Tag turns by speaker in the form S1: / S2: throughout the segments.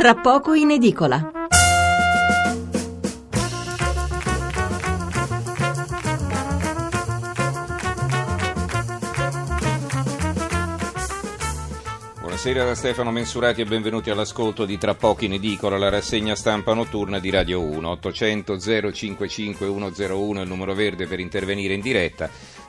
S1: tra poco in edicola.
S2: Buonasera da Stefano Mensurati e benvenuti all'ascolto di Tra poco in edicola, la rassegna stampa notturna di Radio 1. 800 055 101 il numero verde per intervenire in diretta,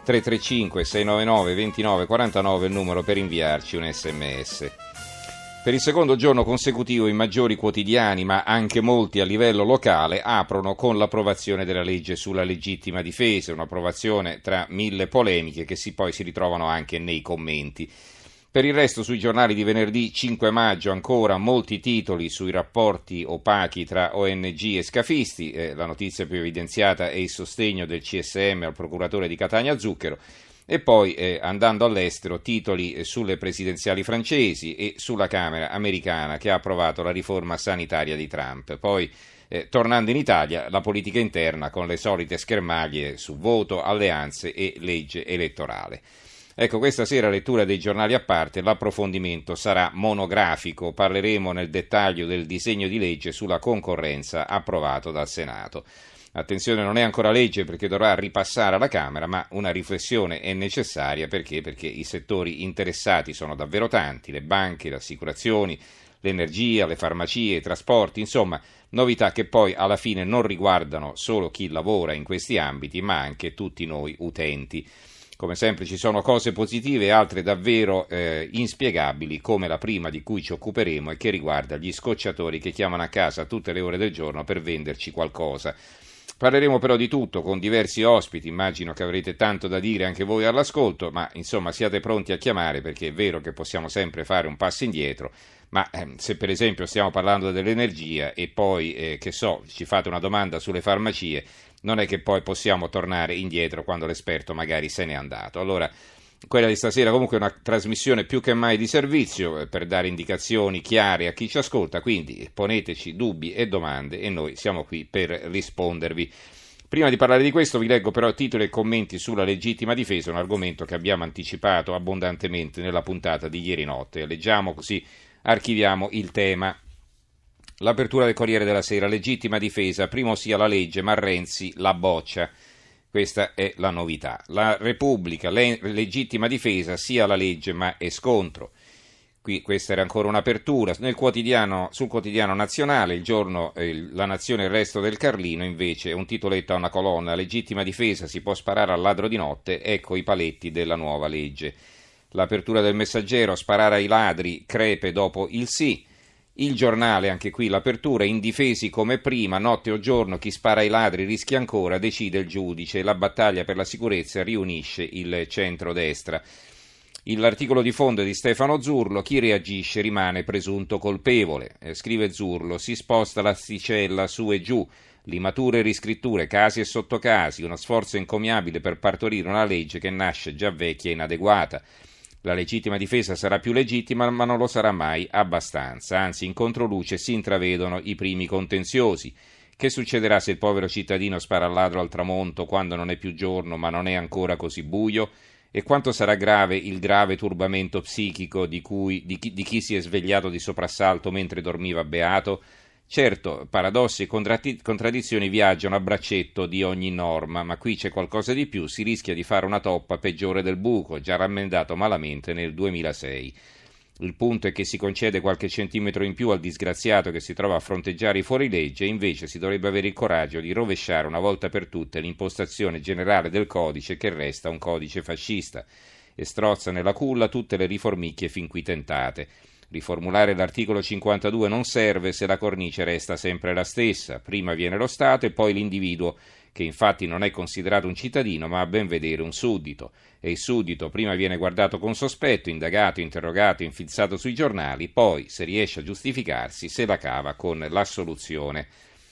S2: 335 699 2949 il numero per inviarci un sms. Per il secondo giorno consecutivo i maggiori quotidiani, ma anche molti a livello locale, aprono con l'approvazione della legge sulla legittima difesa, un'approvazione tra mille polemiche che poi si ritrovano anche nei commenti. Per il resto sui giornali di venerdì 5 maggio ancora molti titoli sui rapporti opachi tra ONG e scafisti, la notizia più evidenziata è il sostegno del CSM al procuratore di Catania Zucchero, e poi andando all'estero titoli sulle presidenziali francesi e sulla Camera americana che ha approvato la riforma sanitaria di Trump. Poi tornando in Italia la politica interna con le solite schermaglie su voto, alleanze e legge elettorale. Ecco, questa sera lettura dei giornali a parte, l'approfondimento sarà monografico, parleremo nel dettaglio del disegno di legge sulla concorrenza approvato dal Senato. Attenzione, non è ancora legge perché dovrà ripassare alla Camera, ma una riflessione è necessaria perché i settori interessati sono davvero tanti, le banche, le assicurazioni, l'energia, le farmacie, i trasporti, insomma, novità che poi alla fine non riguardano solo chi lavora in questi ambiti, ma anche tutti noi utenti. Come sempre ci sono cose positive e altre davvero inspiegabili, come la prima di cui ci occuperemo e che riguarda gli scocciatori che chiamano a casa a tutte le ore del giorno per venderci qualcosa. Parleremo però di tutto con diversi ospiti, immagino che avrete tanto da dire anche voi all'ascolto, ma insomma siate pronti a chiamare perché è vero che possiamo sempre fare un passo indietro, ma se per esempio stiamo parlando dell'energia e poi, ci fate una domanda sulle farmacie, non è che poi possiamo tornare indietro quando l'esperto magari se n'è andato. Allora, quella di stasera comunque è una trasmissione più che mai di servizio per dare indicazioni chiare a chi ci ascolta, quindi poneteci dubbi e domande e noi siamo qui per rispondervi. Prima di parlare di questo vi leggo però titoli e commenti sulla legittima difesa, un argomento che abbiamo anticipato abbondantemente nella puntata di ieri notte. Leggiamo così, archiviamo il tema. L'apertura del Corriere della Sera, legittima difesa, primo sia la legge ma Renzi la boccia. Questa è la novità. La Repubblica, legittima difesa, sia la legge ma è scontro. Qui questa era ancora un'apertura. Sul quotidiano nazionale, il giorno La Nazione e il resto del Carlino, invece, un titoletto a una colonna, legittima difesa, si può sparare al ladro di notte, ecco i paletti della nuova legge. L'apertura del Messaggero, sparare ai ladri, crepe dopo il sì. Il Giornale, anche qui l'apertura, indifesi come prima, notte o giorno, chi spara ai ladri rischia ancora, decide il giudice, la battaglia per la sicurezza riunisce il centrodestra. L'articolo di fondo è di Stefano Zurlo, chi reagisce rimane presunto colpevole, scrive Zurlo, si sposta l'asticella su e giù, limature e riscritture, casi e sottocasi, uno sforzo encomiabile per partorire una legge che nasce già vecchia e inadeguata. La legittima difesa sarà più legittima, ma non lo sarà mai abbastanza. Anzi, in controluce si intravedono i primi contenziosi. Che succederà se il povero cittadino spara al ladro al tramonto quando non è più giorno, ma non è ancora così buio? E quanto sarà grave il grave turbamento psichico di chi si è svegliato di soprassalto mentre dormiva beato? Certo, paradossi e contraddizioni viaggiano a braccetto di ogni norma, ma qui c'è qualcosa di più, si rischia di fare una toppa peggiore del buco, già rammendato malamente nel 2006. Il punto è che si concede qualche centimetro in più al disgraziato che si trova a fronteggiare i fuorilegge e invece si dovrebbe avere il coraggio di rovesciare una volta per tutte l'impostazione generale del codice che resta un codice fascista e strozza nella culla tutte le riformicchie fin qui tentate. Riformulare l'articolo 52 non serve se la cornice resta sempre la stessa. Prima viene lo Stato e poi l'individuo, che infatti non è considerato un cittadino ma a ben vedere un suddito. E il suddito prima viene guardato con sospetto, indagato, interrogato, infilzato sui giornali, poi, se riesce a giustificarsi, se la cava con l'assoluzione.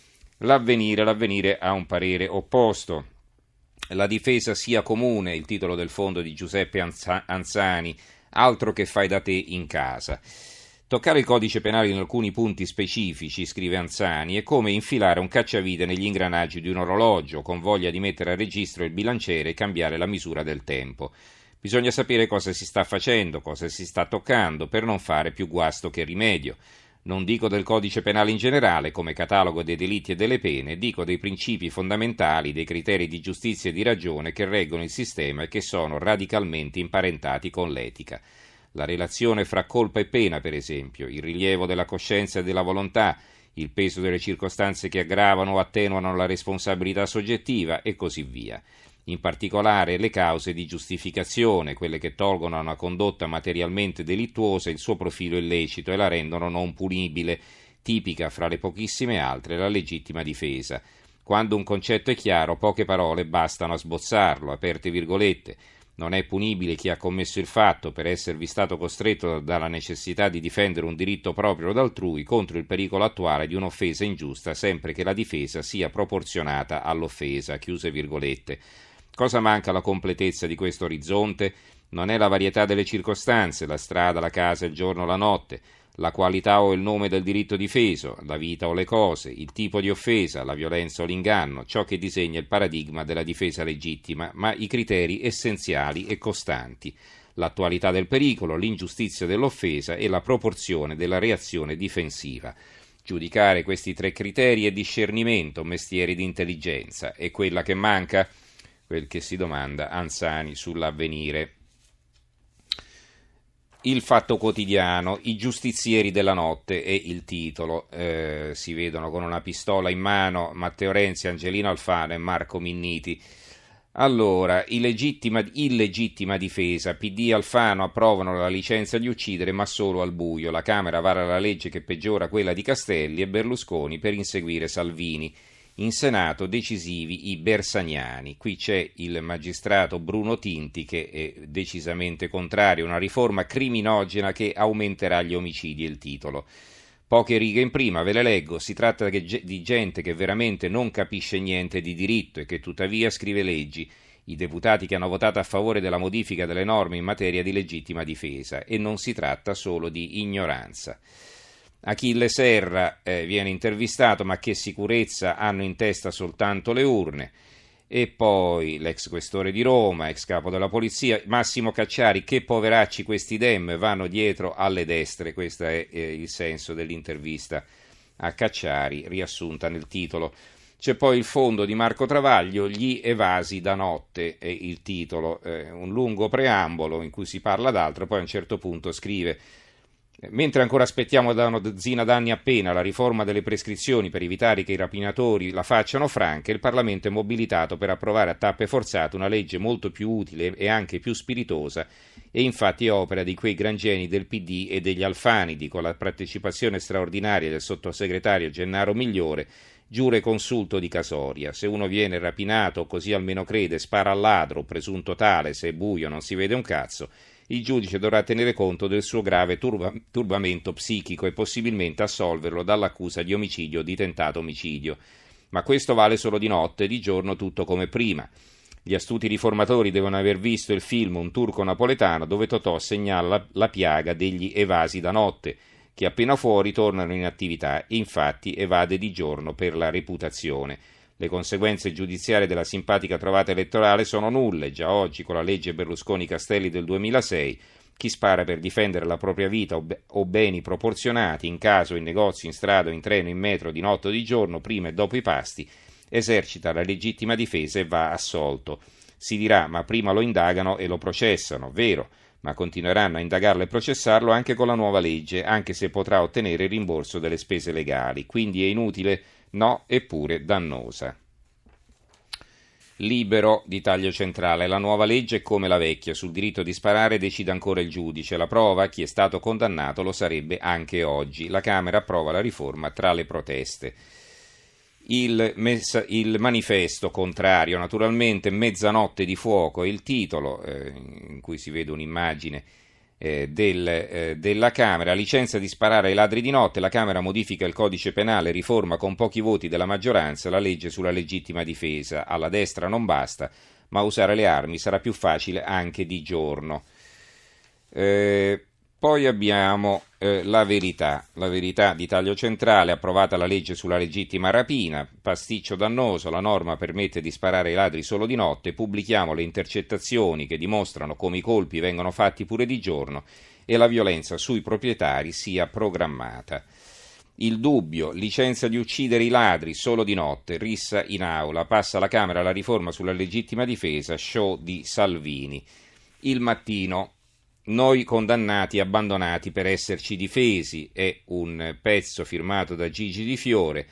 S2: L'avvenire ha un parere opposto. La difesa sia comune, il titolo del fondo di Giuseppe Anzani, altro che fai da te in casa. Toccare il codice penale in alcuni punti specifici, scrive Anzani, è come infilare un cacciavite negli ingranaggi di un orologio, con voglia di mettere a registro il bilanciere e cambiare la misura del tempo. Bisogna sapere cosa si sta facendo, cosa si sta toccando, per non fare più guasto che rimedio. Non dico del codice penale in generale, come catalogo dei delitti e delle pene, dico dei principi fondamentali, dei criteri di giustizia e di ragione che reggono il sistema e che sono radicalmente imparentati con l'etica. La relazione fra colpa e pena, per esempio, il rilievo della coscienza e della volontà, il peso delle circostanze che aggravano o attenuano la responsabilità soggettiva e così via. In particolare le cause di giustificazione, quelle che tolgono a una condotta materialmente delittuosa il suo profilo illecito e la rendono non punibile, tipica fra le pochissime altre la legittima difesa. Quando un concetto è chiaro, poche parole bastano a sbozzarlo, aperte virgolette. Non è punibile chi ha commesso il fatto per esservi stato costretto dalla necessità di difendere un diritto proprio o d'altrui contro il pericolo attuale di un'offesa ingiusta, sempre che la difesa sia proporzionata all'offesa, chiuse virgolette. Cosa manca alla completezza di questo orizzonte? Non è la varietà delle circostanze, la strada, la casa, il giorno, la notte, la qualità o il nome del diritto difeso, la vita o le cose, il tipo di offesa, la violenza o l'inganno, ciò che disegna il paradigma della difesa legittima, ma i criteri essenziali e costanti, l'attualità del pericolo, l'ingiustizia dell'offesa e la proporzione della reazione difensiva. Giudicare questi tre criteri è discernimento, mestiere di intelligenza. E quella che manca? Quel che si domanda Anzani sull'Avvenire. Il Fatto Quotidiano, i giustizieri della notte è il titolo, si vedono con una pistola in mano Matteo Renzi, Angelino Alfano e Marco Minniti. Allora, illegittima difesa, PD e Alfano approvano la licenza di uccidere ma solo al buio, la Camera vara la legge che peggiora quella di Castelli e Berlusconi per inseguire Salvini. In Senato decisivi i bersaniani. Qui c'è il magistrato Bruno Tinti che è decisamente contrario a una riforma criminogena che aumenterà gli omicidi, è il titolo. Poche righe in prima, ve le leggo. Si tratta di gente che veramente non capisce niente di diritto e che tuttavia scrive leggi. I deputati che hanno votato a favore della modifica delle norme in materia di legittima difesa. E non si tratta solo di ignoranza. Achille Serra viene intervistato, ma che sicurezza hanno in testa soltanto le urne. E poi l'ex questore di Roma, ex capo della polizia, Massimo Cacciari, che poveracci questi dem vanno dietro alle destre. Questo è il senso dell'intervista a Cacciari, riassunta nel titolo. C'è poi il fondo di Marco Travaglio, gli evasi da notte, è il titolo, un lungo preambolo in cui si parla d'altro, poi a un certo punto scrive: mentre ancora aspettiamo da una dozzina d'anni appena la riforma delle prescrizioni per evitare che i rapinatori la facciano franca, il Parlamento è mobilitato per approvare a tappe forzate una legge molto più utile e anche più spiritosa e infatti opera di quei gran geni del PD e degli Alfanidi, con la partecipazione straordinaria del sottosegretario Gennaro Migliore, giureconsulto di Casoria. Se uno viene rapinato, così almeno crede, spara al ladro, presunto tale, se è buio non si vede un cazzo, il giudice dovrà tenere conto del suo grave turbamento psichico e possibilmente assolverlo dall'accusa di omicidio o di tentato omicidio. Ma questo vale solo di notte, di giorno tutto come prima. Gli astuti riformatori devono aver visto il film Un turco napoletano, dove Totò segnala la piaga degli evasi da notte, che appena fuori tornano in attività e infatti evade di giorno per la reputazione. Le conseguenze giudiziarie della simpatica trovata elettorale sono nulle. Già oggi, con la legge Berlusconi-Castelli del 2006, chi spara per difendere la propria vita o beni proporzionati in casa, in negozio, in strada, in treno, in metro, di notte o di giorno, prima e dopo i pasti, esercita la legittima difesa e va assolto. Si dirà, ma prima lo indagano e lo processano, vero, ma continueranno a indagarlo e processarlo anche con la nuova legge, anche se potrà ottenere il rimborso delle spese legali. Quindi è inutile? No, eppure dannosa. Libero di taglio centrale. La nuova legge è come la vecchia. Sul diritto di sparare decide ancora il giudice. La prova, chi è stato condannato lo sarebbe anche oggi. La Camera approva la riforma tra le proteste. Il manifesto contrario, naturalmente, mezzanotte di fuoco è il titolo, in cui si vede un'immagine della Camera. Licenza di sparare ai ladri di notte, la Camera modifica il codice penale, riforma con pochi voti della maggioranza la legge sulla legittima difesa. Alla destra non basta, ma usare le armi sarà più facile anche di giorno. Poi abbiamo la verità di taglio centrale, approvata la legge sulla legittima rapina, pasticcio dannoso, la norma permette di sparare ai ladri solo di notte, pubblichiamo le intercettazioni che dimostrano come i colpi vengono fatti pure di giorno e la violenza sui proprietari sia programmata. Il Dubbio, licenza di uccidere i ladri solo di notte, rissa in aula, passa alla Camera la riforma sulla legittima difesa, show di Salvini. Il Mattino, noi condannati abbandonati per esserci difesi, è un pezzo firmato da Gigi Di Fiore.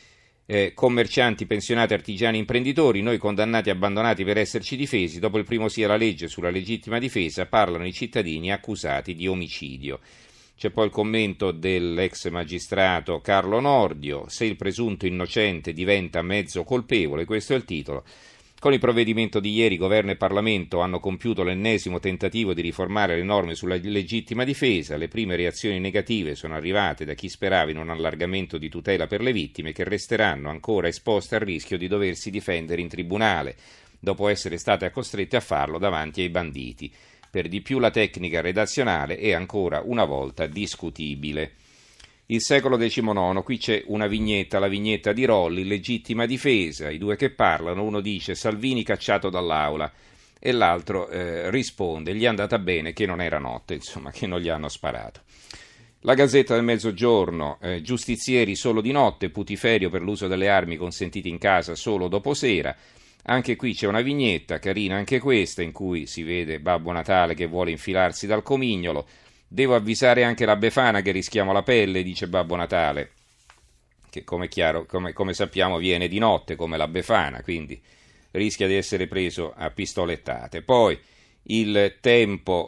S2: Commercianti, pensionati, artigiani, imprenditori, noi condannati abbandonati per esserci difesi, dopo il primo sì alla legge sulla legittima difesa parlano i cittadini accusati di omicidio. C'è poi il commento dell'ex magistrato Carlo Nordio, se il presunto innocente diventa mezzo colpevole, questo è il titolo. Con il provvedimento di ieri Governo e Parlamento hanno compiuto l'ennesimo tentativo di riformare le norme sulla legittima difesa. Le prime reazioni negative sono arrivate da chi sperava in un allargamento di tutela per le vittime che resteranno ancora esposte al rischio di doversi difendere in tribunale, dopo essere state costrette a farlo davanti ai banditi. Per di più la tecnica redazionale è ancora una volta discutibile. Il secolo XIX, qui c'è una vignetta, la vignetta di Rolli, legittima difesa, i due che parlano, uno dice Salvini cacciato dall'aula e l'altro risponde gli è andata bene che non era notte, insomma che non gli hanno sparato. La Gazzetta del Mezzogiorno, giustizieri solo di notte, putiferio per l'uso delle armi consentite in casa solo dopo sera. Anche qui c'è una vignetta, carina anche questa, in cui si vede Babbo Natale che vuole infilarsi dal comignolo. Devo avvisare anche la Befana che rischiamo la pelle, dice Babbo Natale, che come sappiamo viene di notte come la Befana, quindi rischia di essere preso a pistolettate. Poi il Tempo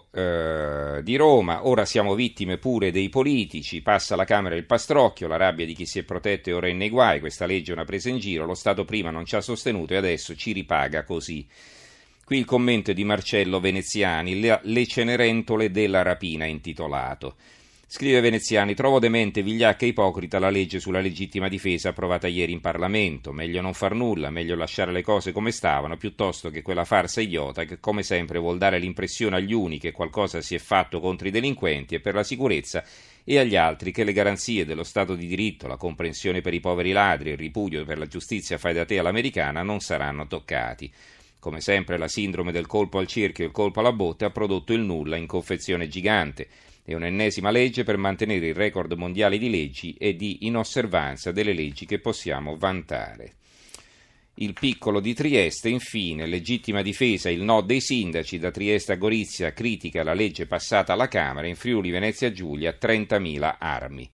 S2: di Roma, ora siamo vittime pure dei politici, passa alla Camera il pastrocchio, la rabbia di chi si è protetto e ora è nei guai, questa legge è una presa in giro, lo Stato prima non ci ha sostenuto e adesso ci ripaga così. Qui il commento è di Marcello Veneziani, le cenerentole della rapina intitolato. Scrive Veneziani, trovo demente, vigliacca e ipocrita la legge sulla legittima difesa approvata ieri in Parlamento. Meglio non far nulla, meglio lasciare le cose come stavano, piuttosto che quella farsa idiota che come sempre vuol dare l'impressione agli uni che qualcosa si è fatto contro i delinquenti e per la sicurezza e agli altri che le garanzie dello Stato di diritto, la comprensione per i poveri ladri e il ripudio per la giustizia fai da te all'americana non saranno toccati. Come sempre la sindrome del colpo al cerchio e il colpo alla botte ha prodotto il nulla in confezione gigante. È un'ennesima legge per mantenere il record mondiale di leggi e di inosservanza delle leggi che possiamo vantare. Il Piccolo di Trieste, infine, legittima difesa, il no dei sindaci, da Trieste a Gorizia critica la legge passata alla Camera, in Friuli Venezia Giulia 30.000 armi.